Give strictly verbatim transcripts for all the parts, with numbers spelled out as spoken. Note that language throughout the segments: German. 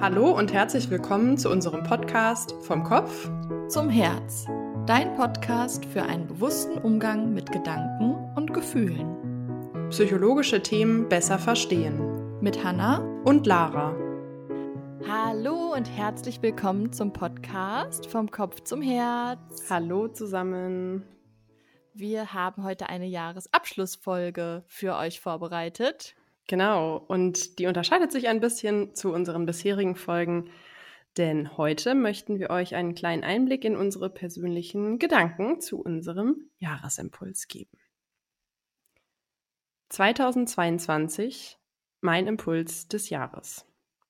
Hallo und herzlich willkommen zu unserem Podcast Vom Kopf zum Herz. Dein Podcast für einen bewussten Umgang mit Gedanken und Gefühlen. Psychologische Themen besser verstehen. Mit Hannah und Lara. Hallo und herzlich willkommen zum Podcast Vom Kopf zum Herz. Hallo zusammen. Wir haben heute eine Jahresabschlussfolge für euch vorbereitet. Genau, und die unterscheidet sich ein bisschen zu unseren bisherigen Folgen, denn heute möchten wir euch einen kleinen Einblick in unsere persönlichen Gedanken zu unserem Jahresimpuls geben. zweitausendzweiundzwanzig, mein Impuls des Jahres.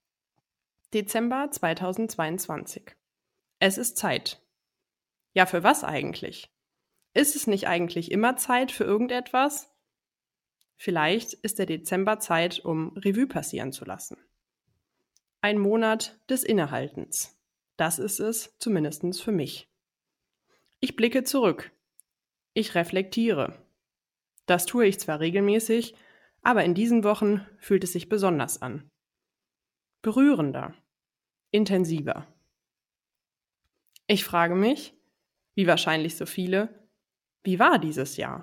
Dezember zweitausendzweiundzwanzig. Es ist Zeit. Ja, für was eigentlich? Ist es nicht eigentlich immer Zeit für irgendetwas? Vielleicht ist der Dezember Zeit, um Revue passieren zu lassen. Ein Monat des Innehaltens. Das ist es zumindest für mich. Ich blicke zurück. Ich reflektiere. Das tue ich zwar regelmäßig, aber in diesen Wochen fühlt es sich besonders an. Berührender. Intensiver. Ich frage mich, wie wahrscheinlich so viele, wie war dieses Jahr?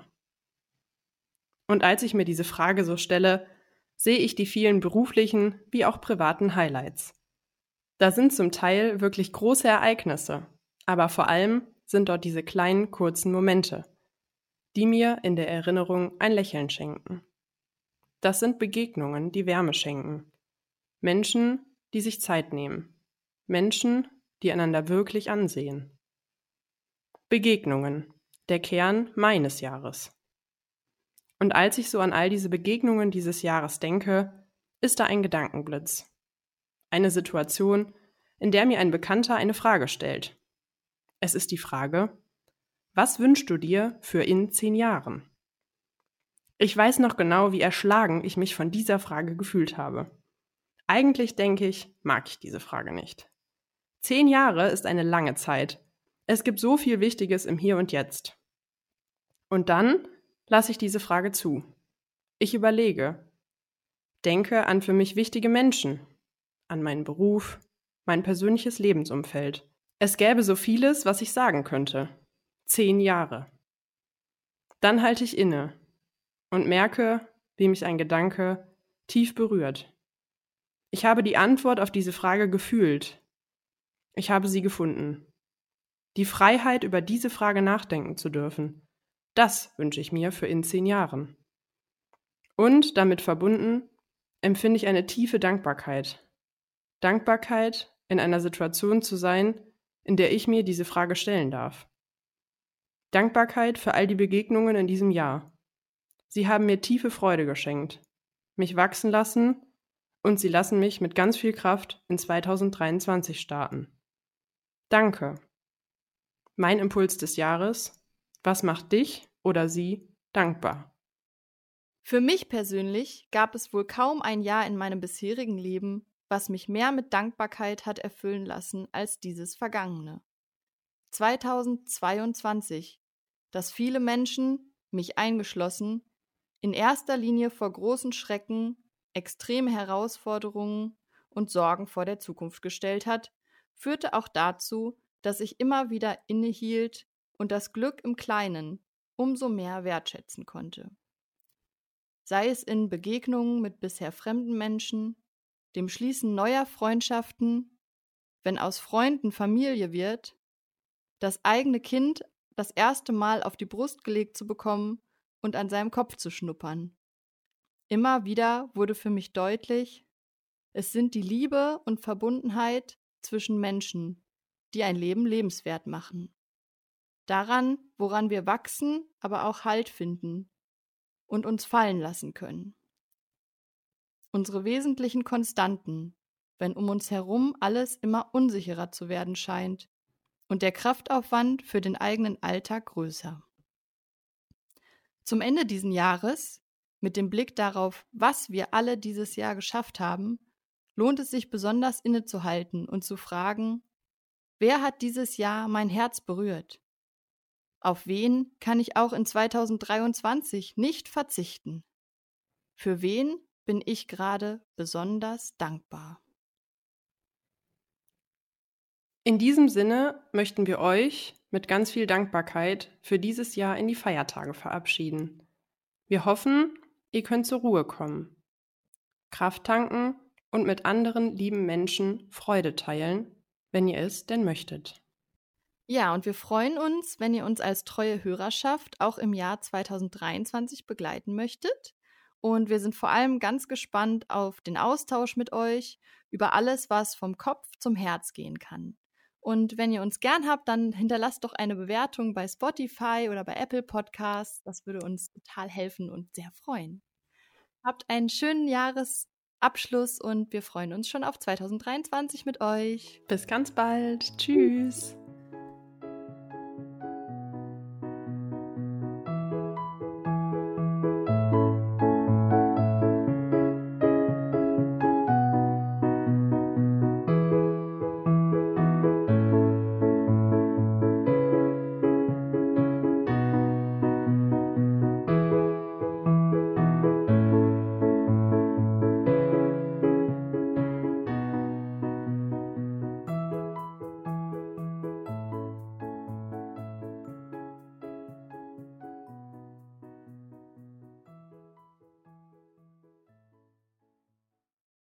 Und als ich mir diese Frage so stelle, sehe ich die vielen beruflichen wie auch privaten Highlights. Da sind zum Teil wirklich große Ereignisse, aber vor allem sind dort diese kleinen, kurzen Momente, die mir in der Erinnerung ein Lächeln schenken. Das sind Begegnungen, die Wärme schenken. Menschen, die sich Zeit nehmen. Menschen, die einander wirklich ansehen. Begegnungen, der Kern meines Jahres. Und als ich so an all diese Begegnungen dieses Jahres denke, ist da ein Gedankenblitz. Eine Situation, in der mir ein Bekannter eine Frage stellt. Es ist die Frage, was wünschst du dir für in zehn Jahren? Ich weiß noch genau, wie erschlagen ich mich von dieser Frage gefühlt habe. Eigentlich denke ich, mag ich diese Frage nicht. Zehn Jahre ist eine lange Zeit. Es gibt so viel Wichtiges im Hier und Jetzt. Und dann lasse ich diese Frage zu. Ich überlege, denke an für mich wichtige Menschen, an meinen Beruf, mein persönliches Lebensumfeld. Es gäbe so vieles, was ich sagen könnte. Zehn Jahre. Dann halte ich inne und merke, wie mich ein Gedanke tief berührt. Ich habe die Antwort auf diese Frage gefühlt. Ich habe sie gefunden. Die Freiheit, über diese Frage nachdenken zu dürfen. Das wünsche ich mir für in zehn Jahren. Und damit verbunden empfinde ich eine tiefe Dankbarkeit. Dankbarkeit, in einer Situation zu sein, in der ich mir diese Frage stellen darf. Dankbarkeit für all die Begegnungen in diesem Jahr. Sie haben mir tiefe Freude geschenkt, mich wachsen lassen und sie lassen mich mit ganz viel Kraft in zweitausenddreiundzwanzig starten. Danke. Mein Impuls des Jahres: Was macht dich oder sie dankbar? Für mich persönlich gab es wohl kaum ein Jahr in meinem bisherigen Leben, was mich mehr mit Dankbarkeit hat erfüllen lassen als dieses vergangene. zweitausendzweiundzwanzig, das viele Menschen, mich eingeschlossen, in erster Linie vor großen Schrecken, extreme Herausforderungen und Sorgen vor der Zukunft gestellt hat, führte auch dazu, dass ich immer wieder innehielt und das Glück im Kleinen umso mehr wertschätzen konnte. Sei es in Begegnungen mit bisher fremden Menschen, dem Schließen neuer Freundschaften, wenn aus Freunden Familie wird, das eigene Kind das erste Mal auf die Brust gelegt zu bekommen und an seinem Kopf zu schnuppern. Immer wieder wurde für mich deutlich, es sind die Liebe und Verbundenheit zwischen Menschen, die ein Leben lebenswert machen. Daran, woran wir wachsen, aber auch Halt finden und uns fallen lassen können. Unsere wesentlichen Konstanten, wenn um uns herum alles immer unsicherer zu werden scheint und der Kraftaufwand für den eigenen Alltag größer. Zum Ende dieses Jahres, mit dem Blick darauf, was wir alle dieses Jahr geschafft haben, lohnt es sich besonders innezuhalten und zu fragen, wer hat dieses Jahr mein Herz berührt? Auf wen kann ich auch in zweitausenddreiundzwanzig nicht verzichten? Für wen bin ich gerade besonders dankbar? In diesem Sinne möchten wir euch mit ganz viel Dankbarkeit für dieses Jahr in die Feiertage verabschieden. Wir hoffen, ihr könnt zur Ruhe kommen, Kraft tanken und mit anderen lieben Menschen Freude teilen, wenn ihr es denn möchtet. Ja, und wir freuen uns, wenn ihr uns als treue Hörerschaft auch im Jahr zweitausenddreiundzwanzig begleiten möchtet. Und wir sind vor allem ganz gespannt auf den Austausch mit euch über alles, was vom Kopf zum Herz gehen kann. Und wenn ihr uns gern habt, dann hinterlasst doch eine Bewertung bei Spotify oder bei Apple Podcasts. Das würde uns total helfen und sehr freuen. Habt einen schönen Jahresabschluss und wir freuen uns schon auf zweitausenddreiundzwanzig mit euch. Bis ganz bald. Tschüss.